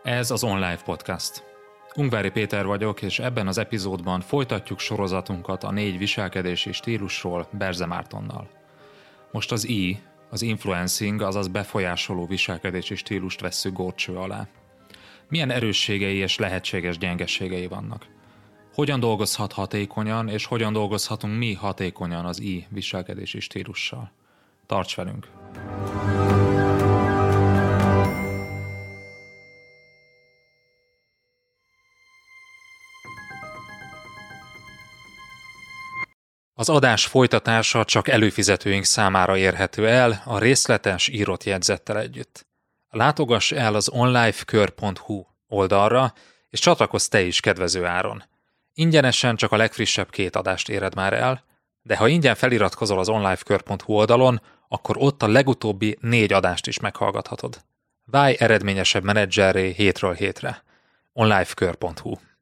Ez az OnLive Podcast. Ungvári Péter vagyok, és ebben az epizódban folytatjuk sorozatunkat a 4 viselkedési stílusról Berze Mártonnal. Most az I, az influencing, azaz befolyásoló viselkedési stílust vesszük górcső alá. Milyen erősségei és lehetséges gyengeségei vannak? Hogyan dolgozhat hatékonyan, és hogyan dolgozhatunk mi hatékonyan az I viselkedési stílussal? Tarts velünk! Az adás folytatása csak előfizetőink számára érhető el a részletes írott jegyzettel együtt. Látogass el az onlifekör.hu oldalra, és csatlakozz te is kedvező áron. Ingyenesen csak a legfrissebb 2 adást éred már el, de ha ingyen feliratkozol az onlifekör.hu oldalon, akkor ott a legutóbbi 4 adást is meghallgathatod. Válj eredményesebb menedzserré hétről hétre. onlifekör.hu